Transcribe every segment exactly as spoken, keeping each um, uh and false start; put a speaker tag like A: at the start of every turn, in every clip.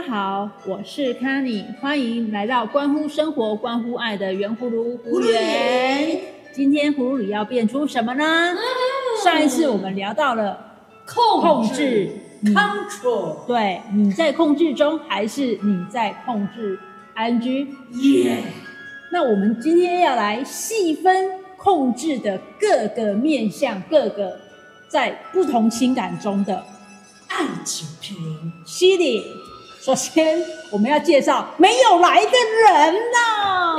A: 好，我是 Kenny， 欢迎来到关乎生活、关乎爱的圆葫芦葫芦园。今天葫芦里要变出什么呢？嗯、上一次我们聊到了控制
B: control，
A: 对，你在控制中还是你在控制 I N G？
B: 耶、yeah ！
A: 那我们今天要来细分控制的各个面向，各个在不同情感中的
B: 爱情片。
A: 犀利。首先，我们要介绍没有来的人呐。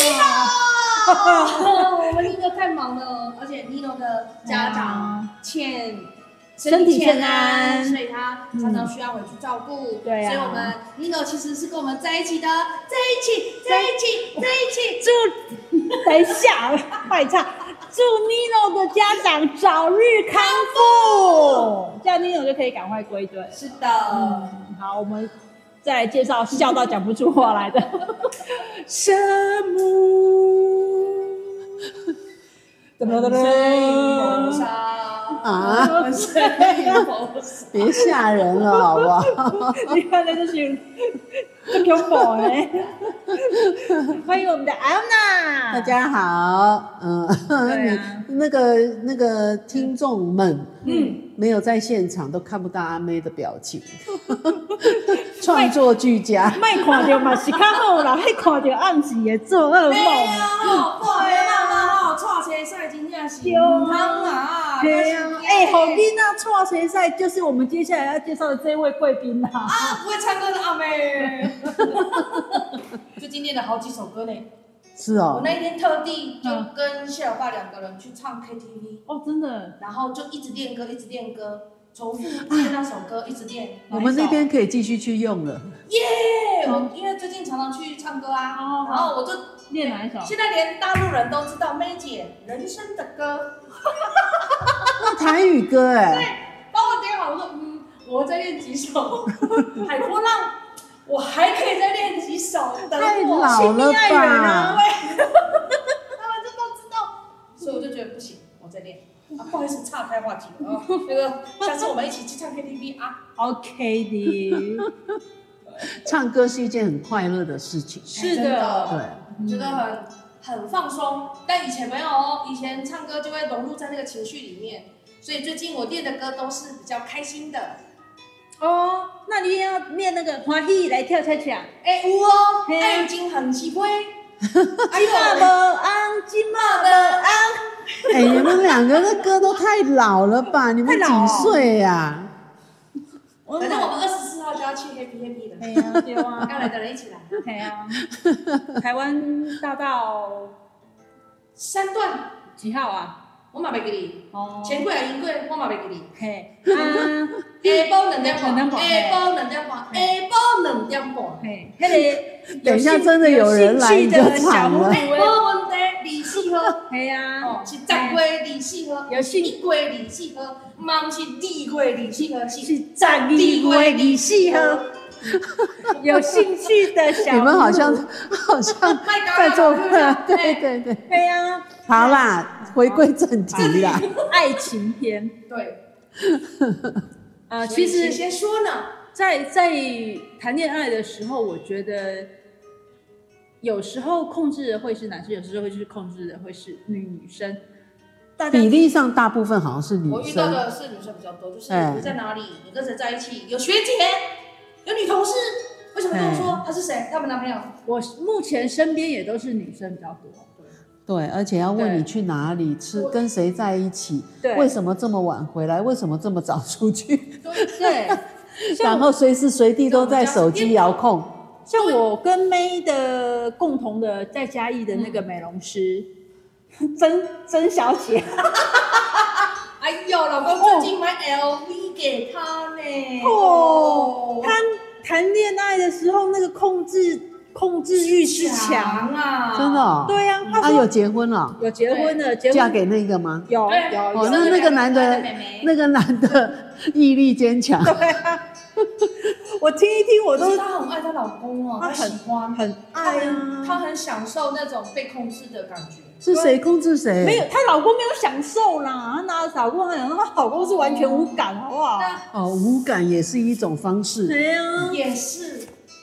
B: 我们尼诺太忙了，而且尼诺的家长欠
A: 身体欠安，
B: 所以他常常需要回去照顾。
A: 嗯、对啊，
B: 所以我们尼诺其实是跟我们在一起的，在一起，在一起，在一起。
A: 祝，等一下，快唱！祝尼诺的家长早日康复，这样尼诺就可以赶快归队。
B: 是的，
A: 嗯，好，我们。再来介绍笑到讲不出话来的圣母，
B: 怎么的呢？
C: 啊！别吓人了，好不好？
A: 你看那个是这恐怖哎！欢迎我们的安娜，
C: 大家好。嗯，啊、那个那个听众们，嗯，没有在现场都看不到阿妹的表情。创作俱佳，
A: 卖看到嘛是较好啦，迄看到暗时会做噩梦。
B: 对啊，哇，妈妈吼，错车赛真正是唔通啊！
A: 对啊，哎，好囡仔错车赛就是我们接下来要介绍的这位贵宾啦。
B: 啊，不会唱歌的阿妹。就今天的好几首歌呢。
C: 是哦。
B: 我那一天特地就跟谢老爸两个人去唱 K T V。
A: 哦，真的。
B: 然后就一直练歌，一直练歌。重复练那首歌，一直练。
C: 我们那边可以继续去用了。
B: 耶！我因为最近常常去唱歌啊，然后我就
A: 练哪一首？
B: 现在连大陆人都知道妹姐人生的歌。
C: 那台语歌哎。
B: 对，帮我点好，我说嗯，我再练几首。海波浪，我还可以再练几首。
C: 太老了吧？
B: 对，他们就都知道，所以我就觉得不行，我再练。啊，不好意思，岔开话题了啊。那个，下次我们一起去唱 K T V 啊。
A: OK 的。
C: 唱歌是一件很快乐的事情。
A: 是的，
C: 对，
B: 觉得很很放松。但以前没有哦，以前唱歌就会融入在那个情绪里面，所以最近我练的歌都是比较开心的。
A: 哦，那你要练那个欢喜来跳恰恰。
B: 哎，有哦，爱情很稀微。
A: 哎呦，无红，今嘛无红。
C: 哎、欸，你们两个的歌都太老了吧？你们几岁呀？
B: 反正我们二十四号就要去 Happy Happy 了。
A: 对呀，对啊，
B: 要来的人一起来。
A: 对呀，台湾大道
B: 三段
A: 几号啊？
B: 我嘛袂记哩。哦。钱柜啊，银柜，我嘛袂记哩。
A: 嘿。啊。
B: 下晡两点半。下晡两点半。下晡两点半。
A: 嘿，那个。
C: 等一下，真的有人来你就唱了。
B: 无问题，二四号。
A: 系啊。
B: 哦，是十月二四号。有是一月二四号，嘛不是二月二四号，是
A: 十二月二四号。有兴趣的小
C: 你们好像好像在做客，对对对。
A: 对啊。
C: 好啦，回归正题啦。
A: 爱情片。
B: 对。
A: 呃，其实
B: 先说呢。
A: 在在谈恋爱的时候，我觉得有时候控制的会是男生，有时候会是控制的会是女生。
C: 比例上大部分好像是女生。
B: 我遇到的是女生比较多，就是你在哪里，你跟谁在一起，有学姐，有女同事，为什么跟我说他是谁？他们男朋友？
A: 我目前身边也都是女生比较多。
C: 对，而且要问你去哪里吃，跟谁在一起，为什么这么晚回来，为什么这么早出去？
A: 对。
C: 然后随时随地都在手机遥控。
A: 像我跟妹的共同的在嘉义的那个美容师，曾曾小姐。
B: 哎呦，老公最近买 L V 给她呢。
A: 哦，她谈恋爱的时候那个控制控制欲之强
B: 啊，
C: 真的、哦。
A: 对呀、啊，
C: 她有结婚了，
A: 有结婚了，结婚
C: 嫁给那个吗？
A: 有有有。
C: 哦，那那个男的，那个男的毅力坚强。
A: 对啊。我听一听，我都
B: 她很爱她老公哦，她喜欢，
A: 很爱啊，
B: 她很享受那种被控制的感觉。
C: 是谁控制谁？
A: 没有，她老公没有享受啦，她拿老公，她讲她老公是完全无感，好不好？
C: 哦，无感也是一种方式。
A: 对啊，
B: 也是。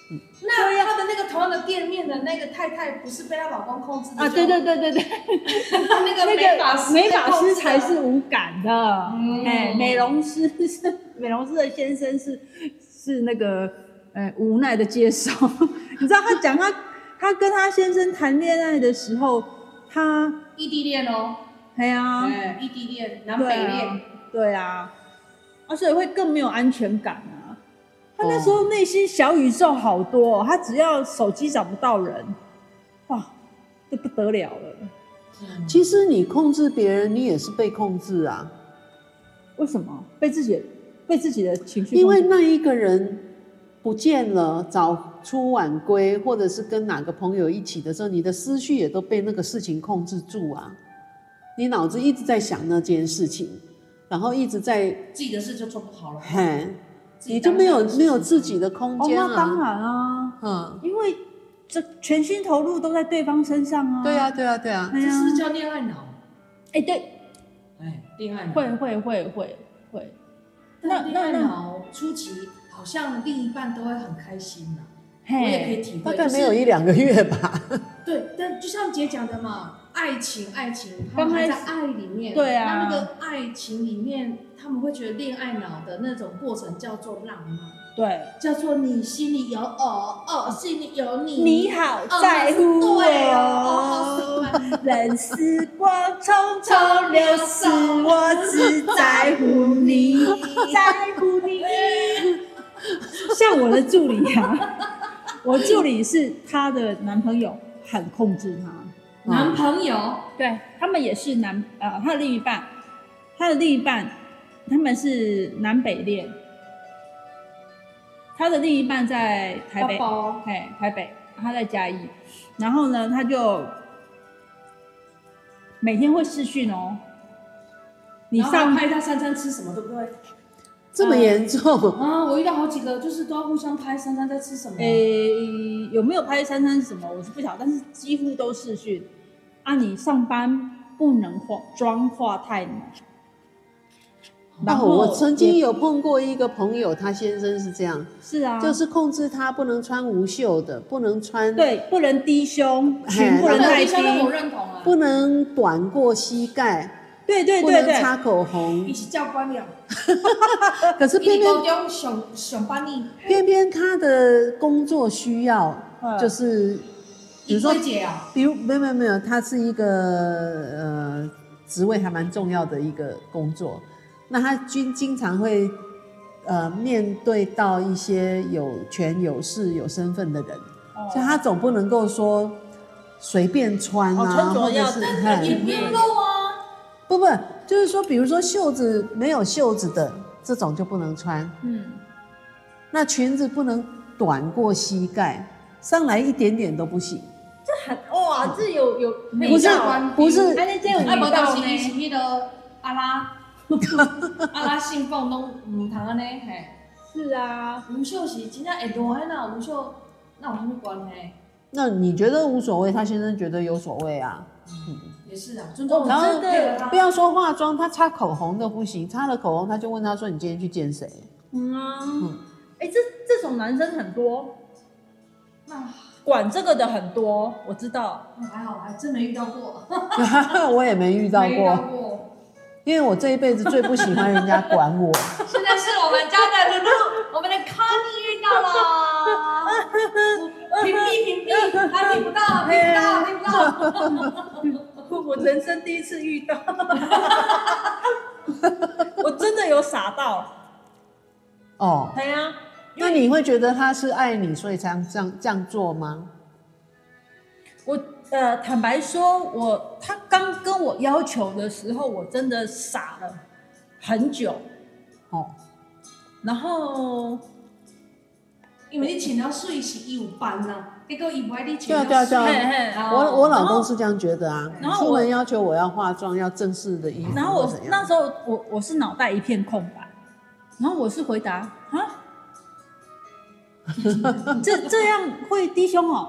B: 那他的那个同样的店面的那个太太，不是被她老公控制的
A: 啊？对对对对对，
B: 那个美发师
A: 美发师才是无感的，
B: 嗯、
A: 哎，美容师是美容师的先生是是那个呃无奈的接受。你知道他讲他他跟他先生谈恋爱的时候，他
B: 异地恋哦，
A: 哎呀，
B: 哎，异地恋，南北恋，
A: 对啊，而且会更没有安全感啊。他那时候内心小宇宙好多、哦，他只要手机找不到人，哇，这不得了了。
C: 嗯、其实你控制别人，你也是被控制啊。
A: 为什么？被自己被自己的情绪？
C: 因为那一个人不见了，早出晚归，或者是跟哪个朋友一起的时候，你的思绪也都被那个事情控制住啊。你脑子一直在想那件事情，然后一直在
B: 自己的事就做不好了。
C: 嘿。你就没有没有自己的空间啊、
A: 哦？那当然啊，
C: 嗯，
A: 因为这全心投入都在对方身上啊。
C: 对啊，对啊，对啊，
B: 这是不是叫恋爱脑？
A: 哎，对，
B: 哎，恋爱脑
A: 会会会会会。
B: 那恋爱脑初期好像另一半都会很开心呐、啊，我也可以体会，
C: 大概没有一两个月吧。
B: 对，但就像姐讲的嘛，爱情爱情，他们还在爱里面，
A: 对啊，
B: 那那个爱情里面。他们会觉得恋爱脑的那种过程叫做浪漫，
A: 对，
B: 叫做你心里有我，我心里有你，
A: 你好在乎我，
B: 对哦，
A: 任时光匆匆流逝，我只在乎你，在乎你。像我的助理啊，我助理是她的男朋友很控制她，
B: 男朋友，
A: 对他们也是男呃，他的另一半，他的另一半。他们是南北恋，他的另一半在台北，哎，台北，他在嘉义，然后呢，他就每天会视讯哦。
B: 你上拍他三餐吃什么，对不对？
C: 这么严重
B: 啊！我遇到好几个，就是都要互相拍三餐在吃什么。
A: 诶，有没有拍三餐是什么？我是不晓得，但是几乎都视讯。啊，你上班不能化妆化太浓。
C: 然后、哦、我曾经有碰过一个朋友，他先生是这样，
A: 是啊，
C: 就是控制他不能穿无袖的，不能穿，
A: 对，不能低胸，裙不能太低，
B: 我认同啊，
C: 不能短过膝盖，
A: 对对对对，
C: 不能擦口红，
B: 一起叫官了。
C: 可是偏偏
B: 想想把你，
C: 偏偏他的工作需要，就是，比如说，比如没有没有没有，他是一个呃职位还蛮重要的一个工作。那他经经常会，呃，面对到一些有权有势有身份的人，哦、所以他总不能够说随便穿啊，
A: 哦、
C: 或者是
B: 也不用露啊。
C: 不不，就是说，比如说袖子没有袖子的这种就不能穿，嗯，那裙子不能短过膝盖，上来一点点都不行。
A: 这很哇，这有有
C: 不是不是，
A: 哎，这有
B: 哎，无当时伊是迄个阿拉。阿拉信奉拢唔通安尼嘿，
A: 是啊，
B: 无袖是真正会热，那无袖那有什么关系？
C: 那你觉得无所谓，他先生觉得有所谓啊？
B: 嗯，也是啊，尊重。
C: 然后不要说化妆，他擦口红都不行，擦了口红他就问他说：“你今天去见谁？”
A: 嗯啊，嗯，哎、欸，这这种男生很多，那管这个的很多，我知道。
B: 嗯、还好，还真没遇到过。
C: 我也没遇到过。
B: 没遇到过。
C: 因为我这一辈子最不喜欢人家管我。
B: 现在是我们家的露露，我们的 Connie 遇到了，屏蔽屏蔽，他听不到，听不到，听不到。
A: 我人生第一次遇到，我真的有傻到。
C: 哦，
A: 对啊，
C: 那你会觉得他是爱你，所以才这样这样做吗？
A: 我。呃，坦白说，我他刚跟我要求的时候，我真的傻了很久。哦，然后
B: 因为你穿了水是伊有办啊，结果伊不爱你穿
C: 了水。对啊对啊
A: 对啊。
C: 我我老公是这样觉得啊。然后出门要求我要化妆，要正式的衣服。
A: 然后我那时候我我是脑袋一片空白，然后我是回答啊，这这样会低胸哦。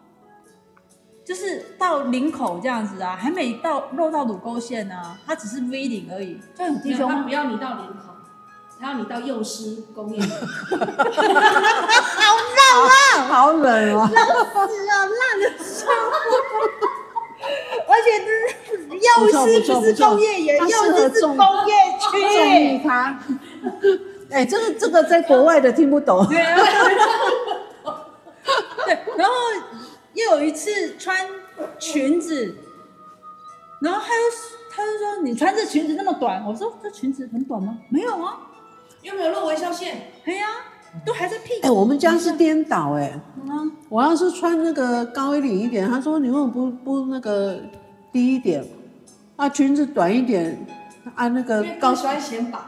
A: 就是到领口这样子啊，还没到露到乳沟线啊，它只是 V 领而已，这样低胸。
B: 他不要你到领口，他要你到幼师公园。
A: 好闹啊！
C: 好冷哦，
A: 冷死了，烂的生活。而且是幼师不是工业园，幼师是工业区。
C: 中意他。哎、欸，这个这个在国外的听不懂。
A: 对啊。对，然后又有一次穿裙子，然后他就他就说你穿这裙子那么短，我说这裙子很短吗？没有啊，
B: 又没有露微笑线。
A: 哎呀、啊，都还在屁股。
C: 哎、欸，我们家是颠倒哎、欸。
A: 嗯，
C: 我要是穿那个高一领一点，他说你为什么不不那个低一点？啊，裙子短一点，啊那个高
B: 喜欢显摆。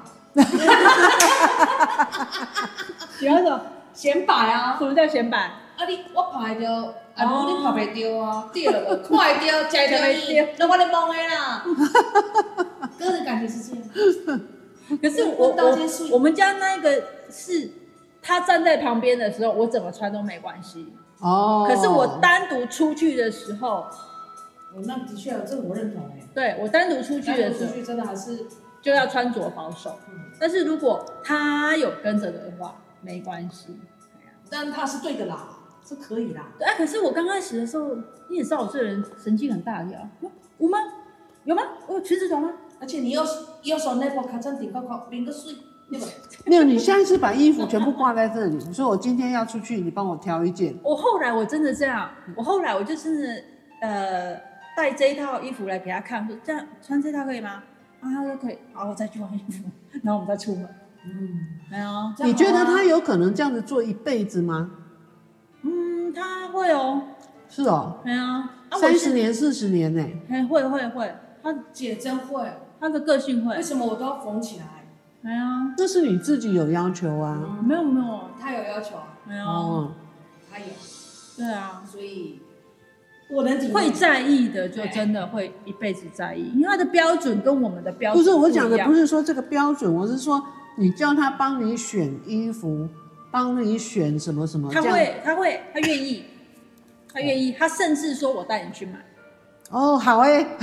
A: 喜欢什么？
B: 显摆啊！
A: 什么叫显摆？
B: 啊你我拍得到，啊如你拍袂到啊，对了，看会到，食得到你，那我咧懵的啦。哥的感觉是这样。
A: 可是我我我们家那个是，他站在旁边的时候，我怎么穿都没关系。哦。可是我单独出去的时候，
B: 哦，那的确，这个我认同哎。
A: 对我单独出去的时候，
B: 出去真的还是
A: 就要穿着保守。嗯。但是如果他有跟着的话，没关系。
B: 但他是对的啦，是可以啦。
A: 对啊，可是我刚开始的时候，你也知道我这人神经很大条，有吗？有吗？我有裙子短吗？
B: 而且你又又说那波卡trang顶高高，变个水，对吧？
C: 没有，你现在是把衣服全部挂在这里。你说我今天要出去，你帮我挑一件。
A: 我后来我真的这样，我后来我就真的呃带这一套衣服来给他看，说这样穿这套可以吗？啊，他说可以，好，我再去换衣服，然后我们再出门。嗯，没有、啊。
C: 你觉得他有可能这样子做一辈子吗？
A: 嗯，他会哦。
C: 是哦。
A: 对啊，
C: 三十年、四十年呢、欸？
A: 哎，会会会，他
B: 姐真会，
A: 他的个性会。
B: 为什么我都要缝起来？
A: 哎呀，
C: 这是你自己有要求啊。
A: 嗯、没有没有，
B: 他有要求啊。
A: 没有。
C: 哦，
B: 他有。
A: 对啊，
B: 所以。我能体
A: 会在意的，就真的会一辈子在意，因为他的标准跟我们的标准
C: 不是我讲的，不是说这个标准，我是说你叫他帮你选衣服，帮你选什么什么，
A: 他会，他会，他愿意，他愿意，他甚至说我带你去买。
C: 哦，好哎、欸，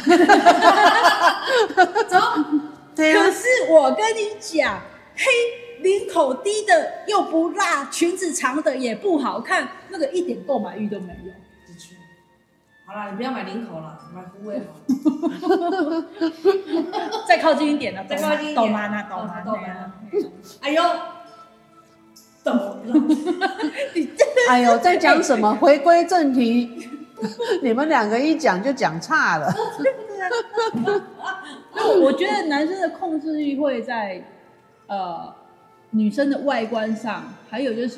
A: 走。对啊。可是我跟你讲，嘿，领口低的又不辣，裙子长的也不好看，那个一点购买欲都没有。
B: 好啦，你不要买领口了，买护卫好。
A: 再靠近一点了，
B: 再靠近一点，
A: 懂吗？那懂吗？
B: 懂吗？哎呦，怎么了？
C: 哎呦，在讲什么？回归正题，你们两个一讲就讲差了。
A: 我觉得男生的控制欲会在呃女生的外观上，还有就是，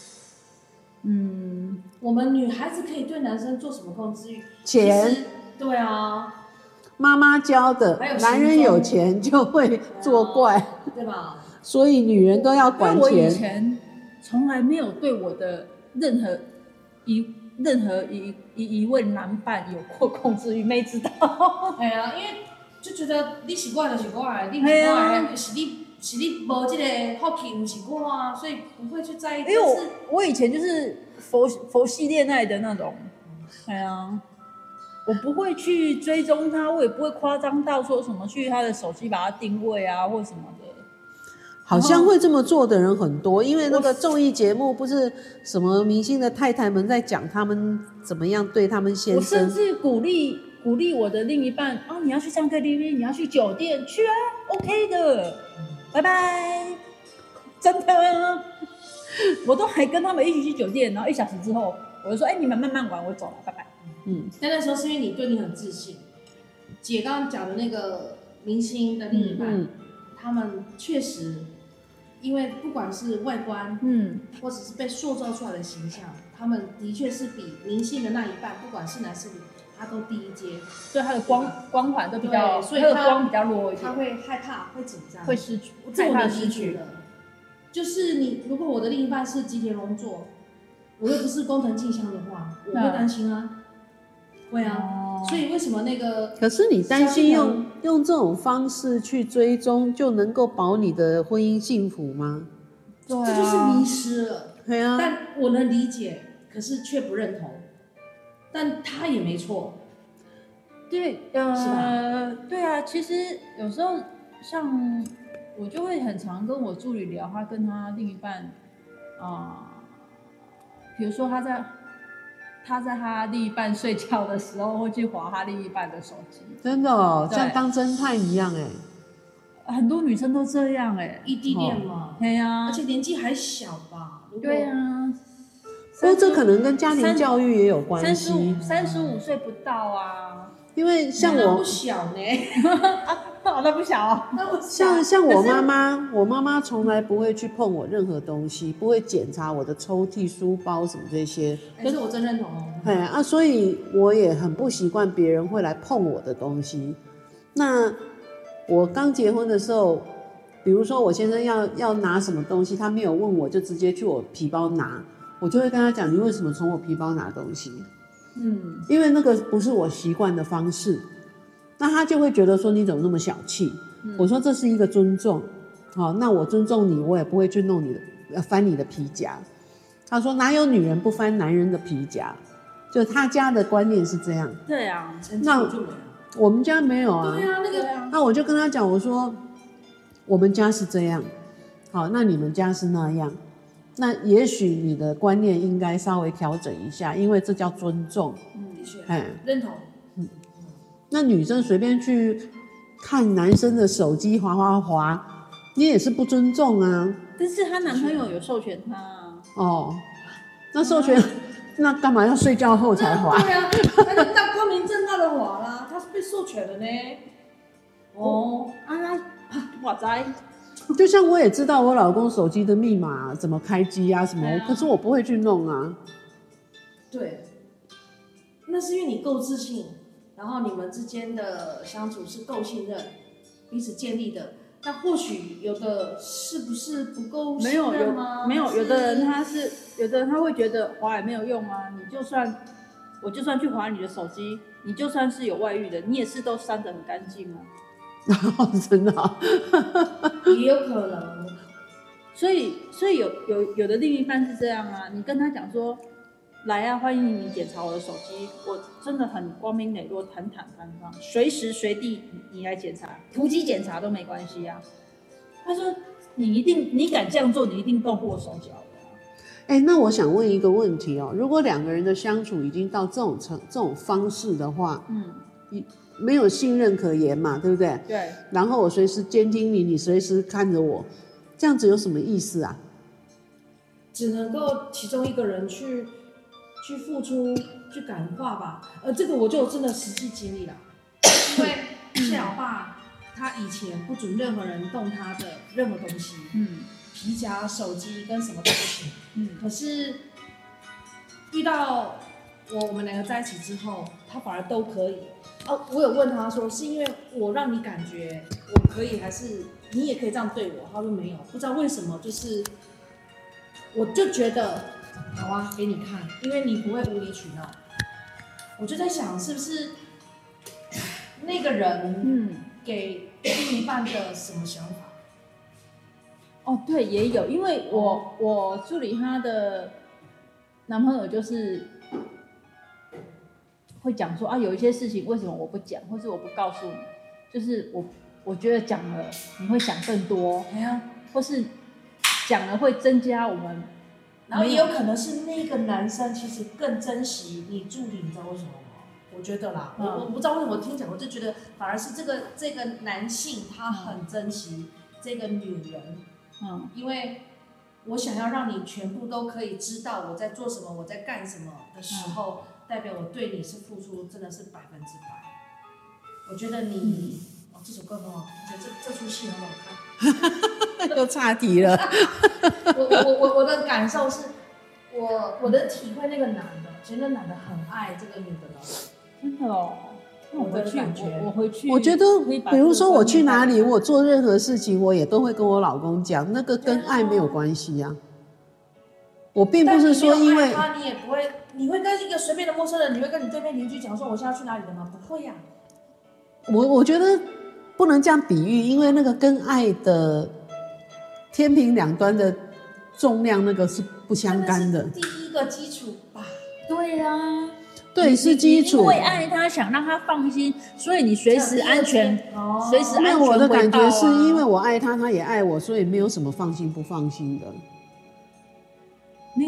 A: 嗯。
B: 我们女孩子可以对男生做什么控制欲？
C: 钱。
B: 对啊，
C: 妈妈教的，男人有钱就会作怪，
B: 对吧？
C: 所以女人都要管钱。
A: 我以前从来没有对我的任何一任何一一一位男伴有过控制欲，没知道。
B: 哎呀，因为就觉得你是我就是我的，你不是我的，是你是你无这个好奇，不是我啊，所以不会去在意。因
A: 为我我以前就是佛佛系恋爱的那种，哎呀，我不会去追踪他，我也不会夸张到说什么去他的手机把他定位啊或什么的。
C: 好像会这么做的人很多，因为那个综艺节目不是什么明星的太太们在讲他们怎么样对他们先生。
A: 我甚至鼓励鼓励我的另一半啊，你要去唱 K T V， 你要去酒店去啊 ，OK 的，拜拜。真的，我都还跟他们一起去酒店，然后一小时之后，我就说，哎、欸，你们慢慢玩，我走了，拜拜。
B: 嗯，但那时候是因为你对你很自信。姐刚刚讲的那个明星的另一半，嗯、他们确实。因为不管是外观，嗯，或者是被塑造出来的形象，他们的确是比明星的那一半，不管是男是女，他都低一阶，
A: 所以他的光光环都比较，所以他的光比较弱一点，
B: 他会害怕，会紧张，
A: 会失去，
B: 这我能理解的。就是你，如果我的另一半是吉田荣作，我又不是工藤静香的话，我会担心啊，会啊。哦、所以为什么那个？
C: 可是你担心用用这种方式去追踪，就能够保你的婚姻幸福吗？
B: 对啊，这就是迷失了。
C: 对啊，
B: 但我能理解，可是却不认同。但他也没错。
A: 对，呃，对啊，其实有时候像我就会很常跟我助理聊，他跟他另一半啊、呃， 比如说他在他在他另一半睡觉的时候会去滑他另一半的手机，
C: 真的哦，像当侦探一样哎、
A: 欸，很多女生都这样哎、欸，
B: 异地恋嘛，
A: 对呀、
B: 啊，而且年纪还小吧，
A: 对呀、啊。
C: 不过这可能跟家庭教育也有关系。
A: 三十五三十五岁不到啊，
C: 因为像我
B: 那不小呢，
A: 哦，那不小哦。
C: 像像我妈妈，我妈妈从来不会去碰我任何东西，不会检查我的抽屉、书包什么这些。
B: 可是我真认同哦。
C: 对啊，所以我也很不习惯别人会来碰我的东西。那我刚结婚的时候，比如说我先生要要拿什么东西，他没有问我就直接去我皮包拿。我就会跟他讲，你为什么从我皮包拿东西？嗯，因为那个不是我习惯的方式，那他就会觉得说你怎么那么小气？嗯、我说这是一个尊重，好，那我尊重你，我也不会去弄你的，翻你的皮夹。他说哪有女人不翻男人的皮夹？就他家的观念是这样。
A: 对啊，
C: 那我们家没有啊。
B: 对啊，那个，
C: 那我就跟他讲，我说我们家是这样，好，那你们家是那样。那也许你的观念应该稍微调整一下，因为这叫尊重。
B: 嗯，的确，认同。
C: 嗯，那女生随便去看男生的手机滑滑滑，你也是不尊重啊。
A: 但是她男朋友有授权她啊。
C: 哦，那授权，嗯、那干嘛要睡觉后才滑？
B: 对啊，他就大光明正大的滑啦，他是被授权的呢。
A: 哦，啊，哇塞。
C: 就像我也知道我老公手机的密码怎么开机啊什么，啊、可是我不会去弄啊。
B: 对，那是因为你够自信，然后你们之间的相处是够信任，彼此建立的。那或许有的是不是不够信任吗？
A: 没有，有有的人他是，有的人他会觉得滑也没有用啊。你就算我就算去滑你的手机，你就算是有外遇的，你也是都删得很干净啊。
C: 真的、哦，
B: 也有可能，
A: 所以所以有有有的另一半是这样啊，你跟他讲说，来啊，欢迎你检查我的手机，我真的很光明磊落、坦坦荡荡，随时随地你来检查，突击检查都没关系啊。他说你一定你敢这样做，你一定动过手脚的、啊。
C: 哎、欸，那我想问一个问题哦，如果两个人的相处已经到这种程这种方式的话，嗯，一。没有信任可言嘛，对不对？
A: 对。
C: 然后我随时监听你，你随时看着我，这样子有什么意思啊？
B: 只能够其中一个人去去付出、去感化吧。呃，这个我就真的实际经历了，因为谢老爸他以前不准任何人动他的任何东西，嗯，皮夹、手机跟什么都不行，嗯。可是遇到我我们两个在一起之后，他反而都可以。哦，我有问他说，是因为我让你感觉我可以，还是你也可以这样对我？他说没有，不知道为什么，就是我就觉得好啊，给你看，因为你不会无理取闹。我就在想，是不是那个人嗯给另一半的什么想法？
A: 哦，对，也有，因为我我助理他的男朋友就是会讲说啊，有一些事情为什么我不讲，或是我不告诉你，就是我我觉得讲了你会想更多，哎呀，或是讲了会增加我们，
B: 然后也有可能是那个男生其实更珍惜你助理，你知道为什么吗？我觉得啦，嗯、我我不知道为什么我听讲，我就觉得反而是这个这个男性他很珍惜这个女人，嗯，因为我想要让你全部都可以知道我在做什么，我在干什么的时候。嗯，代表我对你是付出真的是百分之百，我觉得你、嗯、哦这首歌很好听，而且这这出戏很好看。
C: 又岔题了。
B: 我我我我的感受是，我我的体会那个男的，其实那男的很爱这个女的了。
A: 真的哦。那我回去，我, 我回去，
C: 我觉得，比如说我去哪里，我做任何事情，我也都会跟我老公讲，那个跟爱没有关系啊。我并不是说因为
B: 他，你也不会，你会跟一个随便的陌生人，你会跟你对面邻居讲说我现在去哪里的吗？不会呀、
C: 啊。我我觉得不能这样比喻，因为那个跟爱的天平两端的重量那个是不相干的。
B: 第一个基础吧。
A: 对呀、啊，
C: 对，是基础。
A: 因为爱他，想让他放心，所以你随时安全，随、哦、时安全、啊。
C: 我的感觉是因为我爱他，他也爱我，所以没有什么放心不放心的。
A: 没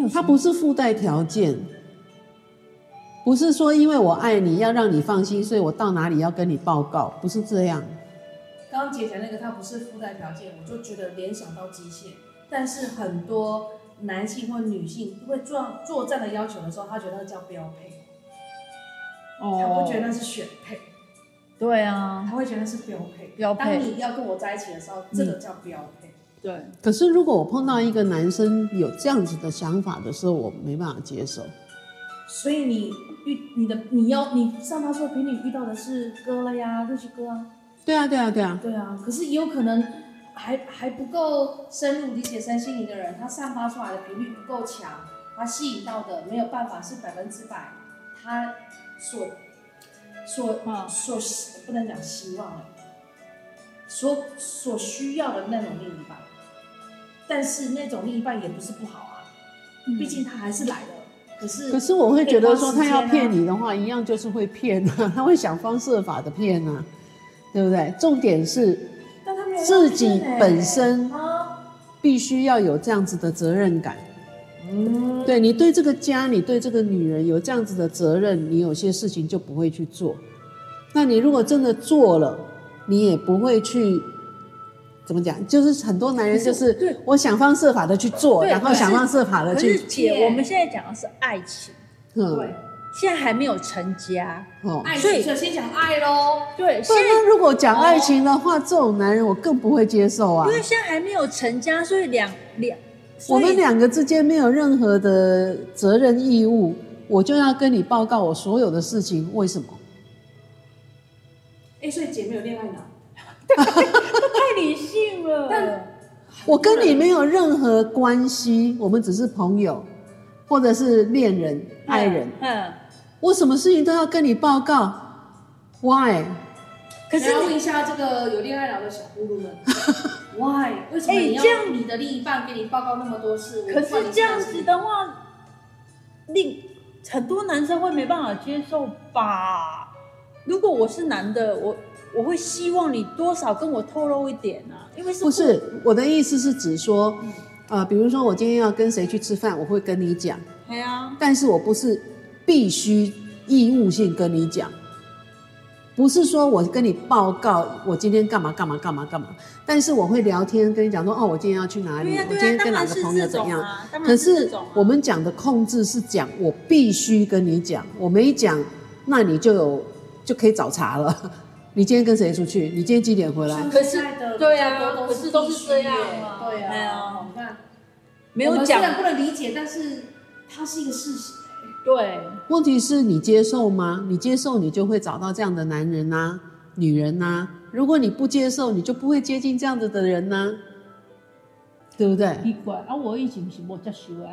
A: 有，
C: 它不是附带条件，不是说因为我爱你要让你放心，所以我到哪里要跟你报告，不是这样。
B: 刚刚姐讲那个，它不是附带条件，我就觉得联想到机械，但是很多男性或女性会做作战的要求的时候，他觉得那叫标配，哦，他不觉得那是选配。
A: 对啊，
B: 他会觉得是标配。
A: 标配。
B: 当你要跟我在一起的时候，这个叫标配。嗯、
A: 对。
C: 可是如果我碰到一个男生有这样子的想法的时候，我没办法接受。
B: 所以你遇你的你要你上他说陪你遇到的是哥了呀，瑞奇哥啊。
C: 对啊，对啊，对啊。
B: 对啊，可是也有可能还还不够深入理解身心灵的人，他散发出来的频率不够强，他吸引到的没有办法是百分之百他所。所所不能讲希望了，所所需要的那种另一半，但是那种另一半也不是不好啊，嗯、毕竟他还是来了。可是
C: 可是我会觉得说，他要骗你的话，一样就是会骗啊，他会想方设法的骗啊，对不对？重点是自己本身必须要有这样子的责任感。嗯，对，你对这个家，你对这个女人有这样子的责任，你有些事情就不会去做。那你如果真的做了，你也不会去怎么讲？就是很多男人就是我想方设法的去做，然后想方设法的去。
A: 可是姐，我们现在讲的是爱情，嗯，对，现在还没有成家，
B: 哦，所以先讲爱咯。
A: 对，
C: 现在如果讲爱情的话，这种男人我更不会接受啊，
A: 因为现在还没有成家，所以两两。
C: 我们两个之间没有任何的责任义务，我就要跟你报告我所有的事情，为什么？
B: 哎、欸，所以姐没有恋爱脑，
A: 太理性了。
C: 但我跟你没有任何关系，我们只是朋友，或者是恋人、爱人。嗯，我什么事情都要跟你报告 ，Why？
B: 可是问一下这个有恋爱脑的小葫芦们。Why？ 为什么你要你的另一半给你报告那么多事？
A: 可是这样子的话，另很多男生会没办法接受吧？如果我是男的，我我会希望你多少跟我透露一点啊，因为是
C: 不是我的意思是指说，呃，比如说我今天要跟谁去吃饭，我会跟你讲，
A: 对啊，
C: 但是我不是必须义务性跟你讲。不是说我跟你报告我今天干嘛干嘛干嘛干嘛，但是我会聊天跟你讲说，哦，我今天要去哪里，
A: 啊啊、
C: 我今天跟哪个朋友怎样。
A: 啊、
C: 可是我们讲的控制是讲我必须跟你讲，我没讲，那你就有就可以找茬了。你今天跟谁出去？你今天几点回来？
A: 可是对啊，可是都是这样
B: 啊，对啊，你看
A: 没有讲，
B: 虽然不能理解，但是它是一个事实。
A: 对，
C: 问题是你接受吗？你接受，你就会找到这样的男人啊、女人啊。如果你不接受，你就不会接近这样子的人呐、啊，对不对？
A: 奇怪啊，我以前是没接受啊。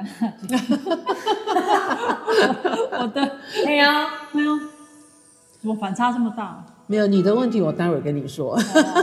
A: 我的，
B: 没有，
A: 没有，怎么反差这么大？
C: 没有，你的问题我待会跟你说。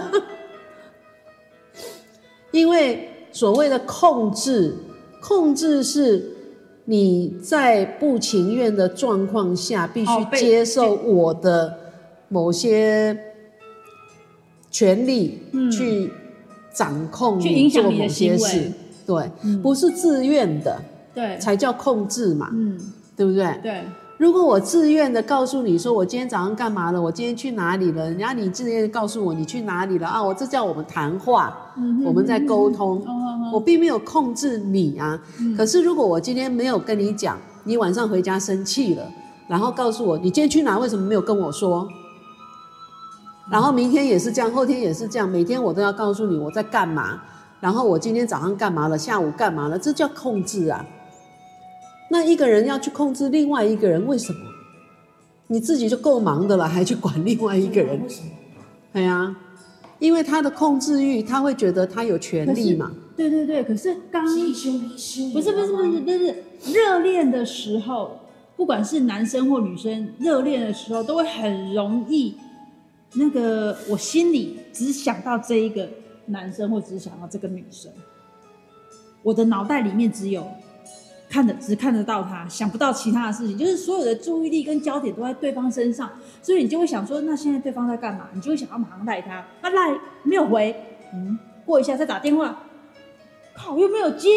C: 因为所谓的控制，控制是。你在不情愿的状况下，必须接受我的某些权利，去掌控你做某些事，对，嗯、不是自愿的，
A: 对，
C: 才叫控制嘛，嗯，对不对？
A: 对。
C: 如果我自愿的告诉你说我今天早上干嘛了，我今天去哪里了，然后你自愿告诉我你去哪里了啊，我这叫我们谈话，嗯、我们在沟通。嗯我并没有控制你啊、嗯，可是如果我今天没有跟你讲，你晚上回家生气了，然后告诉我你今天去哪，为什么没有跟我说？然后明天也是这样，后天也是这样，每天我都要告诉你我在干嘛，然后我今天早上干嘛了，下午干嘛了，这叫控制啊。那一个人要去控制另外一个人，为什么？你自己就够忙的了，还去管另外一个人？
B: 为什么？
C: 对啊，因为他的控制欲，他会觉得他有权利嘛。
A: 对对对，可是刚不是不是不是不是热恋的时候，不管是男生或女生，热恋的时候都会很容易，那个我心里只想到这一个男生，或只想到这个女生，我的脑袋里面只有看的只看得到他，想不到其他的事情，就是所有的注意力跟焦点都在对方身上，所以你就会想说，那现在对方在干嘛？你就会想要马上赖他，他赖没有回，嗯，过一下再打电话。靠，又没有接，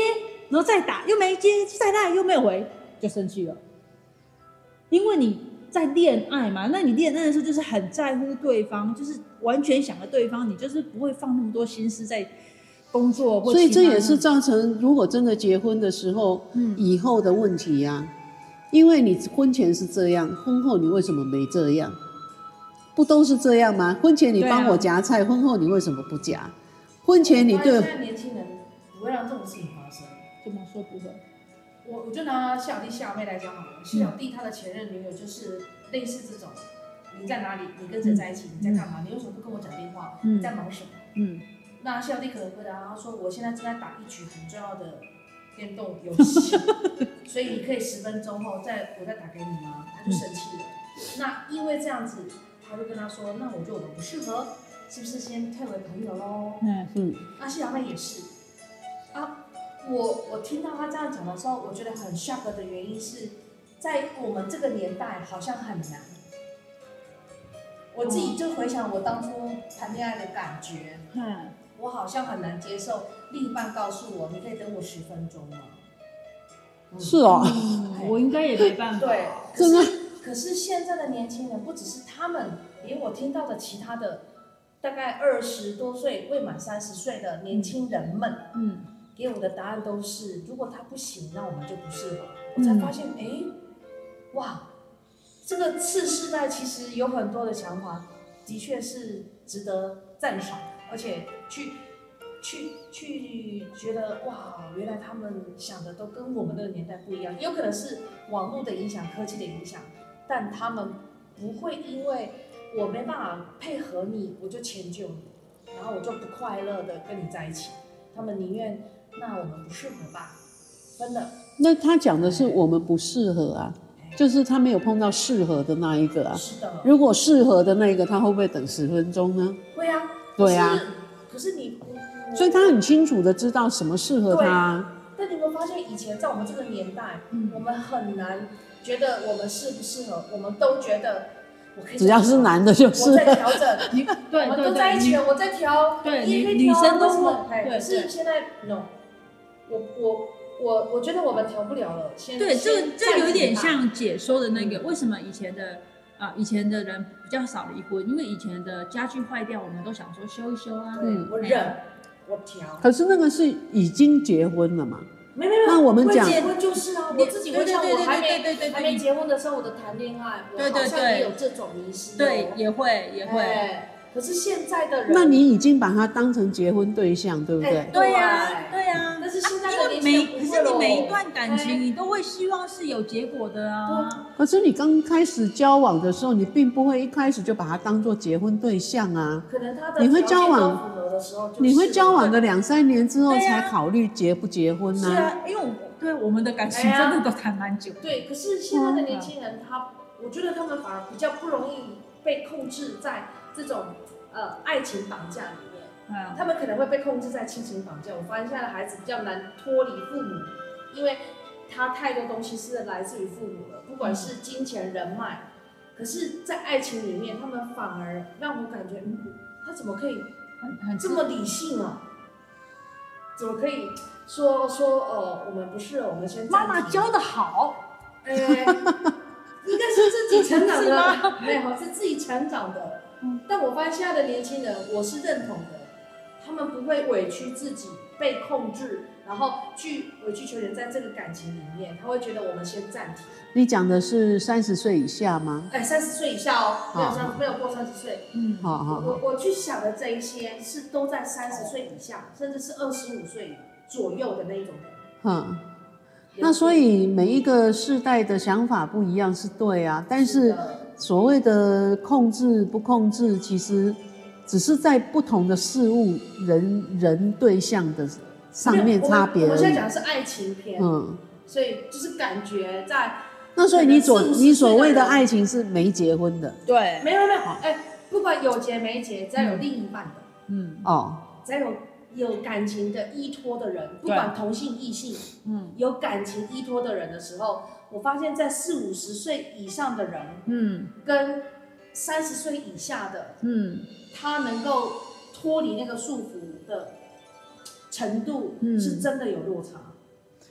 A: 然后再打又没接，再赖又没有回，就生气了。因为你在恋爱嘛，那你恋爱的时候就是很在乎对方，就是完全想着对方，你就是不会放那么多心思在工作或。
C: 所以这也是造成如果真的结婚的时候，
A: 嗯，
C: 以后的问题呀、啊。因为你婚前是这样，婚后你为什么没这样？不都是这样吗？婚前你帮我夹菜，啊、婚后你为什么不夹？婚前你对。
B: 现在年轻人不会让这种事情发生。
A: 怎么说不会？
B: 我我就拿谢小弟谢小妹来讲好了。谢小弟他的前任女友就是类似这种，你在哪里？你跟谁在一起？你在干嘛？你为什么不跟我讲电话？你在忙什么？嗯，那谢小弟可能回答他说：“我现在正在打一局很重要的电动游戏，所以你可以十分钟后再我再打给你吗？”他就生气了。那因为这样子，他就跟他说：“那我觉得我们不适合，是不是先退为朋友喽？”嗯嗯。那谢小妹也是啊。我我听到他这样讲的时候，我觉得很 shock 的原因是在我们这个年代好像很难。我自己就回想我当初谈恋爱的感觉，嗯，我好像很难接受另一半告诉我，你可以等我十分钟吗？
C: 嗯、是哦、
A: 嗯，我应该也没办法。
B: 对，可是可是现在的年轻人不只是他们，连我听到的其他的大概二十多岁未满三十岁的年轻人们，嗯。给我的答案都是，如果他不行，那我们就不适合。我才发现，哎、嗯，哇，这个次世代其实有很多的想法，的确是值得赞赏，而且去去去觉得，哇，原来他们想的都跟我们那个年代不一样。有可能是网络的影响、科技的影响，但他们不会因为我没办法配合你，我就迁就你，然后我就不快乐的跟你在一起。他们宁愿。那我们不适合吧，分了。
C: 那他讲的是我们不适合啊，就是他没有碰到适合的那一个啊。
B: 是的。
C: 如果适合的那一个，他会不会等十分钟呢？
B: 会啊。
C: 对啊。
B: 可是你，
C: 所以他很清楚的知道什么适合他。
B: 但你有没有发现，以前在我们这个年代，嗯、我们很难觉得我们适不适合，我们都觉得我可以。
C: 只要是男的就是。
B: 我在调整，
A: 你对
B: 我们都在一起了，我在调，
A: 对，
B: 你也可以
A: 调，女生都
B: 会。可是现在 no。我我我我觉得我们调不了了，先
A: 对，这这有点像姐说的那个，嗯、为什么以前的啊、呃、以前的人比较少离婚？因为以前的家具坏掉，我们都想说修一修啊。
B: 嗯，我忍，我调。
C: 可是那个是已经结婚了嘛？
B: 没没没。
C: 那我们讲
B: 结婚就是啊，我自己回想我还没还没结婚的时候，我的谈恋爱，我好像也有这种迷失。
A: 对，也会也会。
B: 哎可是现在的人，
C: 那你已经把他当成结婚对象，对不对？
B: 哎、
A: 对呀、啊，对呀、啊。
B: 但是现在的年轻
A: 人不会，可是你每一段感情，哎、你都会希望是有结果的啊。
C: 可是你刚开始交往的时候，你并不会一开始就把他当做结婚对象啊。
B: 可能他的
C: 你会交往
B: 符合的时候，
C: 你会交往个两三年之后才考虑结不结婚呢、
A: 啊？是啊，因为我对我们的感情真的都谈蛮久、
B: 哎。对，可是现在的年轻人，他我觉得他们反而比较不容易被控制在这种。呃，爱情绑架里面，嗯，他们可能会被控制在亲情绑架。我发现现在的孩子比较难脱离父母，因为他太多东西是来自于父母了，不管是金钱、人脉。可是，在爱情里面，他们反而让我感觉，嗯，他怎么可以这么理性啊？怎么可以说说呃，我们不是，我们先
A: 妈妈教的好，
B: 呃，应该是自己成长的，没有，是自己成长的。但我发现现在的年轻人，我是认同的，他们不会委屈自己被控制，然后去委曲求全在这个感情里面，他会觉得我们先暂停。
C: 你讲的是三十岁以下吗？
B: 哎，三十岁以下哦，没有三没有过三十岁。
C: 嗯，好好。
B: 我我去想的这一些是都在三十岁以下，甚至是二十五岁左右的那一种人。
C: 嗯。那所以每一个世代的想法不一样是对啊，但是所谓的控制不控制，其实只是在不同的事物、人人对象的上面差别而已。
B: 我们现在讲的是爱情片，嗯，所以就是感觉在。
C: 那所以你所你所谓的爱情是没结婚的，
A: 对，
B: 没有没有，哎，不管有结没结，只要有另一半的，
C: 嗯，哦，
B: 只要有。有感情的依托的人，不管同性异性，嗯，有感情依托的人的时候，我发现，在四五十岁以上的人，嗯，跟三十岁以下的，嗯，他能够脱离那个束缚的程度，嗯，是真的有落差。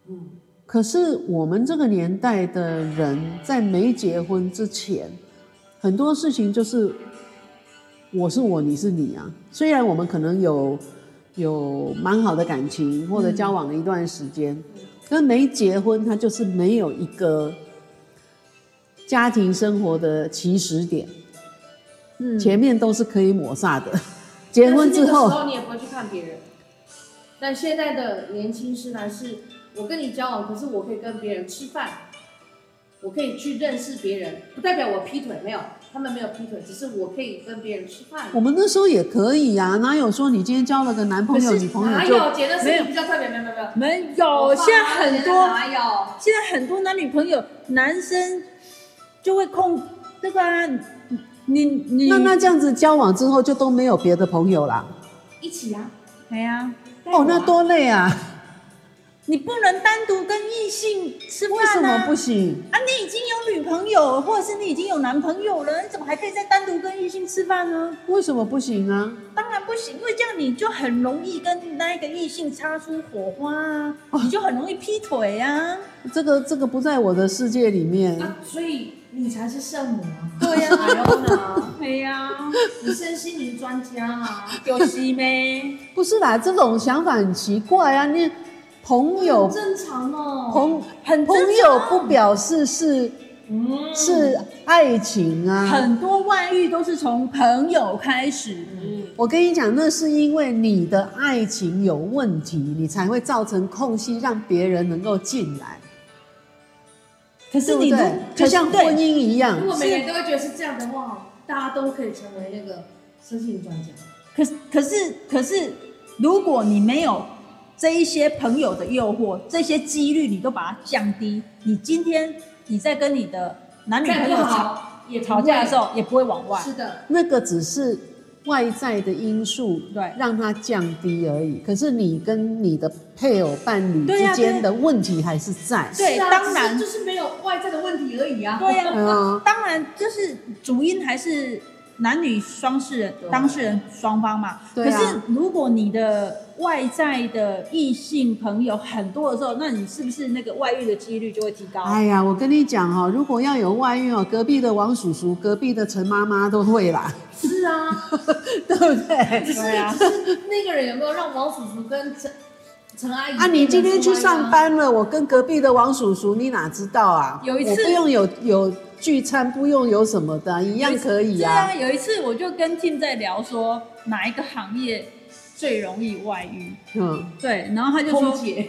C: 嗯，可是我们这个年代的人在没结婚之前，很多事情就是我是我，你是你啊。虽然我们可能有有蛮好的感情，或者交往了一段时间，嗯，可是没结婚，他就是没有一个家庭生活的起始点，嗯，前面都是可以抹煞的。结婚之后，
B: 但是那个时候你也不会去看别人。但现在的年轻世代是，我跟你交往，可是我可以跟别人吃饭，我可以去认识别人，不代表我劈腿，没有，他们没有劈腿，只是我可以跟别人吃饭。
C: 我们那时候也可以啊，哪有说你今天交了个男朋友、女朋友就？
B: 哪有？姐那是比较特别，没有没有没有。
A: 没有，现在很多
B: 哪有？
A: 现在很多男女朋友，男生就会控那个啊，你你
C: 那那这样子交往之后就都没有别的朋友啦？
B: 一起啊，
A: 对呀。
C: 哦，那多累啊！
A: 你不能单独跟异性吃饭啊？
C: 为什么不行
A: 啊？你已经有女朋友，或者是你已经有男朋友了，你怎么还可以再单独跟异性吃饭呢？
C: 为什么不行啊？
A: 当然不行，因为这样你就很容易跟那一个异性擦出火花啊，哦，你就很容易劈腿啊。
C: 这个这个不在我的世界里面，
B: 啊，所以你才是圣母啊！
A: 对呀，
B: 哎呦呢，
A: 对呀，
B: 你身心灵专家啊，
A: 就是咩？
C: 不是啦，这种想法很奇怪啊！你朋友
B: 很正常哦，
C: 朋
A: 很
C: 朋友不表示是嗯是爱情啊，
A: 很多外遇都是从朋友开始。
C: 嗯，我跟你讲，那是因为你的爱情有问题，你才会造成空隙，让别人能够进来。
A: 可是你
C: 对对就像婚姻一样，
B: 如果每个人都会觉得是这样的话，大家都可以成为那个身心灵专家。
A: 可是可是可是，如果你没有这一些朋友的诱惑，这些几率你都把它降低，你今天你在跟你的男女朋友吵
B: 也
A: 吵架的时候，也不会往外。
B: 是的，
C: 那个只是外在的因素，
A: 对，
C: 让它降低而已。可是你跟你的配偶伴侣之间的问题还是在。
A: 对，
B: 啊、
A: 当然
B: 就是没有外在的问题而已啊。
A: 对呀、啊，当然就是主因还是男女双事人、当事人双方嘛。对啊。可是如果你的外在的异性朋友很多的时候，那你是不是那个外遇的几率就会提高？
C: 哎呀，我跟你讲哦，如果要有外遇哦，隔壁的王叔叔、隔壁的陈妈妈都会啦。
B: 是啊，
C: 对不对？
B: 只是
A: 对啊，
B: 只是那个人有没有让王叔叔跟陈陈阿姨？
C: 啊，你今天去上班了，我跟隔壁的王叔叔，你哪知道啊？
A: 有一次
C: 我不用有有聚餐，不用有什么的，一样可以啊。
A: 对啊，有一次我就跟 Tim 在聊说哪一个行业最容易外遇。嗯，对，然后他就说
B: 空姐，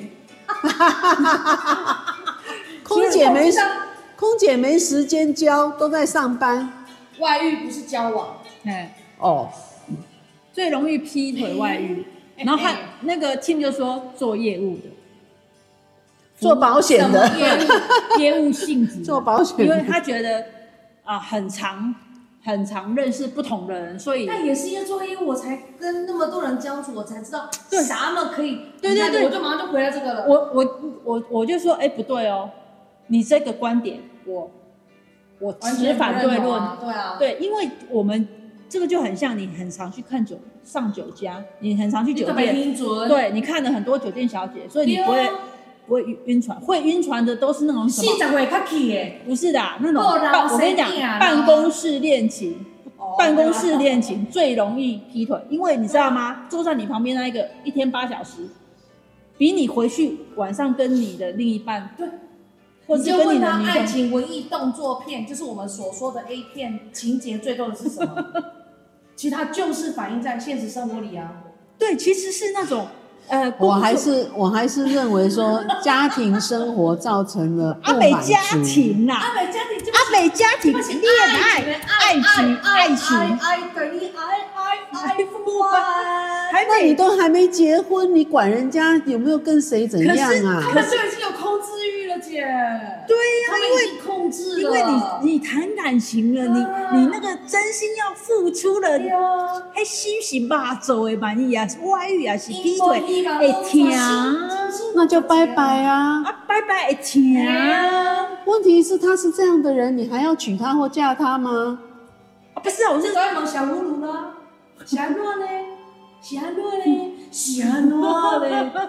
C: 空姐没空姐没时间教，都在上班。
B: 外遇不是交往，
A: 哎
C: 哦，
A: 最容易劈腿外遇。然后他那个 Tim 就说做业务的，
C: 做保险的
A: 业务业务性质，
C: 做保险的，
A: 因为他觉得啊很常很常认识不同的人，所以
B: 那也是因为做业务我才跟那么多人相处，我才知道
A: 对
B: 啥么可以。
A: 对对对，
B: 我就马上就回来这个了。
A: 我我我我就说，哎不对哦，你这个观点我我持反对论。
B: 对啊，
A: 对，因为我们这个就很像你很常去看酒上酒家，你很常去酒店，对，你看了很多酒店小姐，所以你不会。不会晕船，会晕船的都是那种什么？
B: 细长会客气耶，
A: 不是的，那种我跟你讲，办公室恋情，办公室恋情最容易劈腿，因为你知道吗？坐在你旁边那一个一天八小时，比你回去晚上跟你的另一半，
B: 对，
A: 或者跟你的
B: 你爱情文艺动作片，就是我们所说的 A 片情节最多的是什么？其实它就是反映在现实生活里啊。
A: 对，其实是那种。呃，
C: 我还是我还是认为说，家庭生活造成了不满足。
A: 阿美家庭呐，
B: 阿美家庭，
A: 阿美家庭恋爱，爱情，爱情，
B: 爱等于爱爱爱不完。
C: 那你都还没结婚，你管人家有没有跟谁怎样啊？
B: 他们就已经有控制欲了，姐。
A: 对呀，
B: 因为控制了，
A: 因为你你谈感情了，你你那个真心要付出了，还心是霸走的万一啊，外遇啊是劈腿。会疼，
C: 那就拜拜啊！
A: 啊，拜拜会疼。
C: 问题是他是这样的人，你还要娶她或嫁他吗？
A: 啊，不是啊，我是
B: 在问小葫芦啦，是安怎呢？是安怎呢？是安怎呢？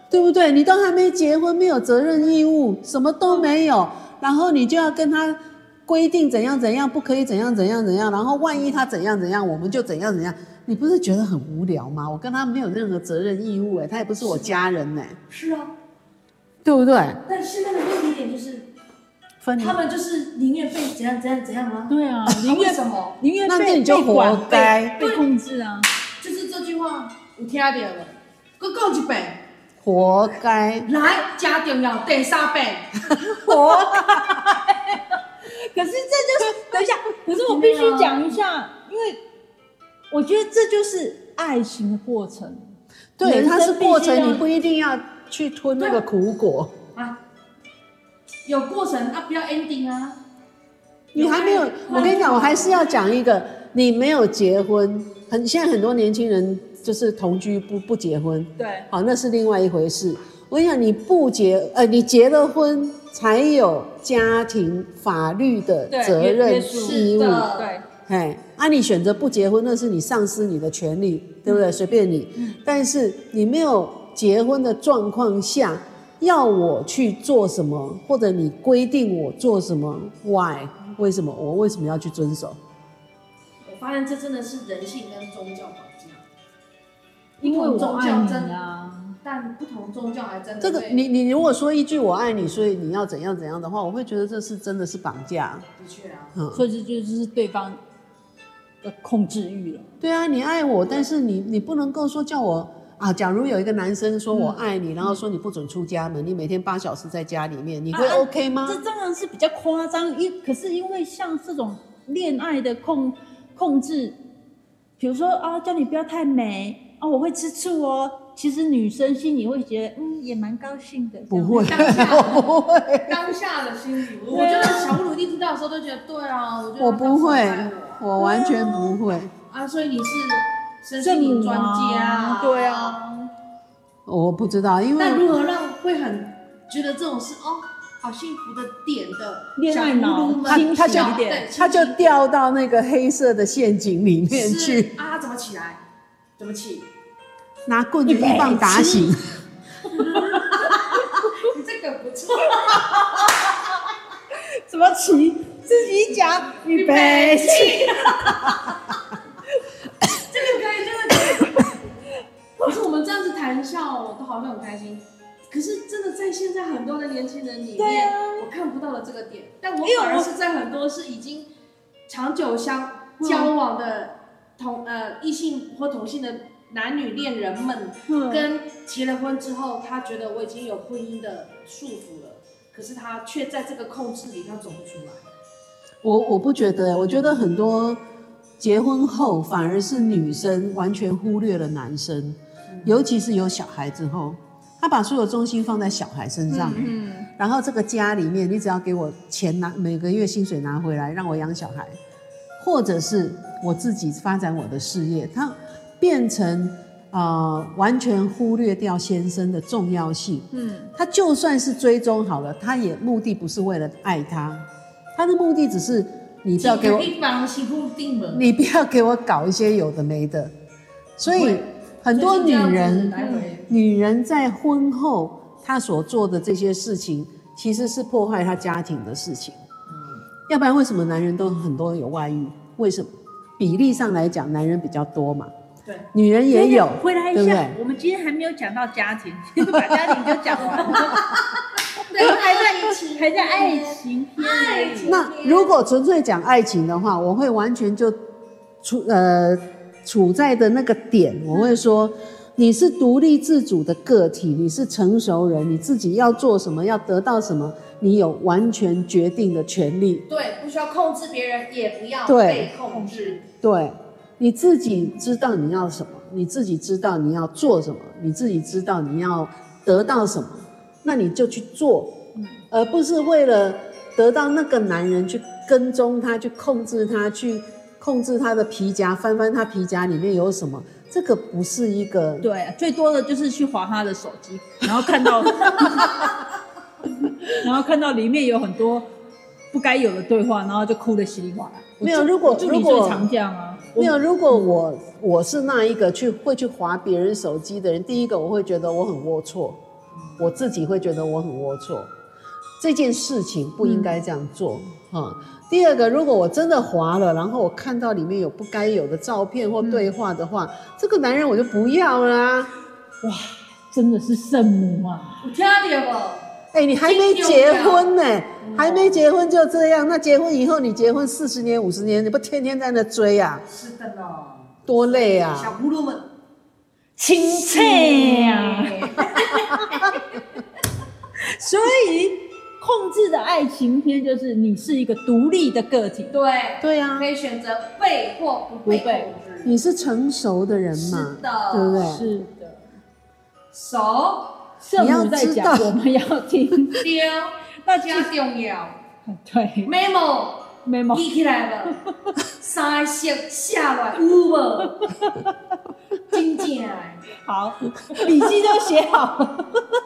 C: 对不对？你都还没结婚，没有责任义务，什么都没有，然后你就要跟他规定怎样怎样，不可以怎样怎样怎样，然后万一他怎样怎样，我们就怎样怎样，你不是觉得很无聊吗？我跟他没有任何责任义务，哎，他也不是我家人呢。
B: 是啊，
C: 对不对？
B: 但现在的问题点就是，他们就是宁愿被怎样怎样怎样啊？
A: 对啊，宁愿
B: 什么？
A: 宁愿被
C: 那你就活该
A: 被控制啊！
B: 就是这句话，有听到了？搁讲一遍。
C: 活该！
B: 来，加重要，第三遍，
A: 活该。可是这就是等一下，可是我必须讲一下，因为我觉得这就是爱情的过程。
C: 对，它是过程，你不一定要去吞那个苦果
B: 啊。有过程啊，不要 ending 啊。
C: 你还没有，我跟你讲，我还是要讲一个，你没有结婚，很现在很多年轻人。就是同居不不结婚，
A: 对，
C: 好，那是另外一回事。我跟你讲，你不结，呃，你结了婚才有家庭法律的责任义务，
A: 对，
C: 哎，啊，你选择不结婚，那是你丧失你的权利，对不对？随便你。嗯、但是你没有结婚的状况下，要我去做什么，或者你规定我做什么 ，why？ 为什么？我为什么要去遵守？
B: 我发现这真的是人性跟宗教绑架。
A: 因为我爱你啊，
B: 但不同宗教还真的
C: 这个你你如果说一句我爱你，所以你要怎样怎样的话，我会觉得这是真的是绑架。
B: 的确啊，
A: 嗯，所以这就是对方的控制欲了。
C: 对啊，你爱我，但是你你不能够说叫我啊。假如有一个男生说我爱你，嗯、然后说你不准出家门，你每天八小时在家里面，你会 OK 吗？
A: 啊、这当然是比较夸张，因可是因为像这种恋爱的控控制，比如说啊，叫你不要太美。哦，我会吃醋哦。其实女生心里会觉得，嗯，也蛮高兴的。
C: 不会，
B: 当下
C: 我不会。
B: 当下的心理，我觉得小葫芦弟听到的时候都觉得，对啊，我觉得
C: 我不会，我完全不会。
B: 啊，所以你是身心灵专家啊？
A: 对啊。
C: 我不知道，因为
B: 那如何让会很觉得这种是哦，好幸福的点的
A: 恋爱脑，
C: 他他就他就掉到那个黑色的陷阱里面去
B: 啊？怎么起来？怎么起？
C: 拿棍子一棒打醒。
B: 你这个不错。
A: 怎么起？自己讲，预备起。
B: 这个可以，这个可以。可是我们这样子谈笑，我都好像很开心。可是真的在现在很多的年轻人里面，啊、我看不到了这个点。但我反而是在很多是已经长久相交往的同、嗯、呃异性或同性的。男女恋人们跟结了婚之后，他觉得我已经有婚姻的束缚了，可是他却在这个控制里，他走不出来。
C: 我我不觉得，我觉得很多结婚后反而是女生完全忽略了男生，嗯、尤其是有小孩之后，他把所有重心放在小孩身上，嗯嗯、然后这个家里面，你只要给我钱拿，每个月薪水拿回来让我养小孩，或者是我自己发展我的事业，他。变成呃完全忽略掉先生的重要性。嗯，他就算是追踪好了，他也目的不是为了爱他，他的目的只是你不要给我，你不要给我搞一些有的没的。所以很多女人，女人在婚后她所做的这些事情，其实是破坏她家庭的事情。嗯，要不然为什么男人都很多有外遇？为什么？比例上来讲，男人比较多嘛。
B: 对，
C: 女人也有，
A: 回来一下，
C: 对不对？
A: 我们今天还没有讲到家庭，把家庭就讲完了。
B: 对，还在爱情，
A: 还在爱情，
B: 爱情。
C: 那如果纯粹讲爱情的话，我会完全就处呃处在的那个点，我会说，你是独立自主的个体，你是成熟人，你自己要做什么，要得到什么，你有完全决定的权利。
B: 对，不需要控制别人，也不要被控制。
C: 对。你自己知道你要什么，你自己知道你要做什么，你自己知道你要得到什么，那你就去做，嗯、而不是为了得到那个男人去跟踪他，去控制他，去控制他的皮夹，翻翻他皮夹里面有什么。这个不是一个
A: 对，最多的就是去滑他的手机，然后看到，然后看到里面有很多不该有的对话，然后就哭得稀里哗啦。
C: 没有，如果
A: 就你最常这样啊。
C: 没有，如果我我是那一个去会去滑别人手机的人，第一个我会觉得我很龌龊， 我自己会觉得我很龌龊，这件事情不应该这样做。嗯嗯、第二个，如果我真的滑了，然后我看到里面有不该有的照片或对话的话，嗯、这个男人我就不要了啊！
A: 哇，真的是圣母啊！
B: 有听到不？
C: 哎、欸，你还没结婚呢、欸，还没结婚就这样，那结婚以后你结婚四十年、五十年，你不天天在那追啊？
B: 是的呢，
C: 多累啊！
B: 小葫芦们，
A: 清脆呀！所以控制的爱情片就是你是一个独立的个体，
B: 对
C: 对啊，
B: 可以选择被或不被控制。
C: 你是成熟的人嘛？
B: 是的，
C: 对不对？
A: 是的，
B: 熟。
A: 圣母在讲，我们要听。
B: 对，大家重要。
A: 对
B: ，memo
A: memo
B: 记起来了，三个色写落有无？真正的。
A: 好，笔记都写好了。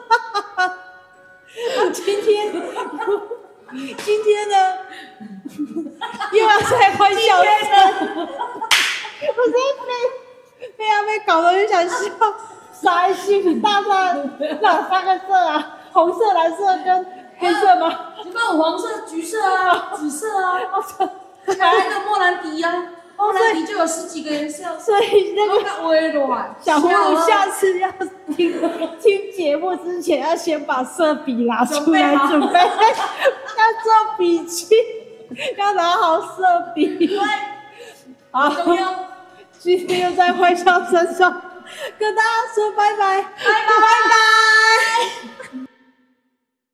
A: 那今天，今天呢，又要再欢笑声。我在被被阿妹搞得很想笑。啥心理大战？哪三个色啊？红色、蓝色跟黑色吗？
B: 你们有黄色、橘色啊、紫色啊，还有一个莫兰迪啊，莫兰迪就有十几个颜色。
A: 所以那
B: 个微软
A: 小葫芦下次要听听节目之前，要先把色笔拿出来准备，要做笔记，要拿好色笔。
B: 对，
A: 好，今天又在欢笑声中跟大家说拜拜，
B: 拜拜拜拜。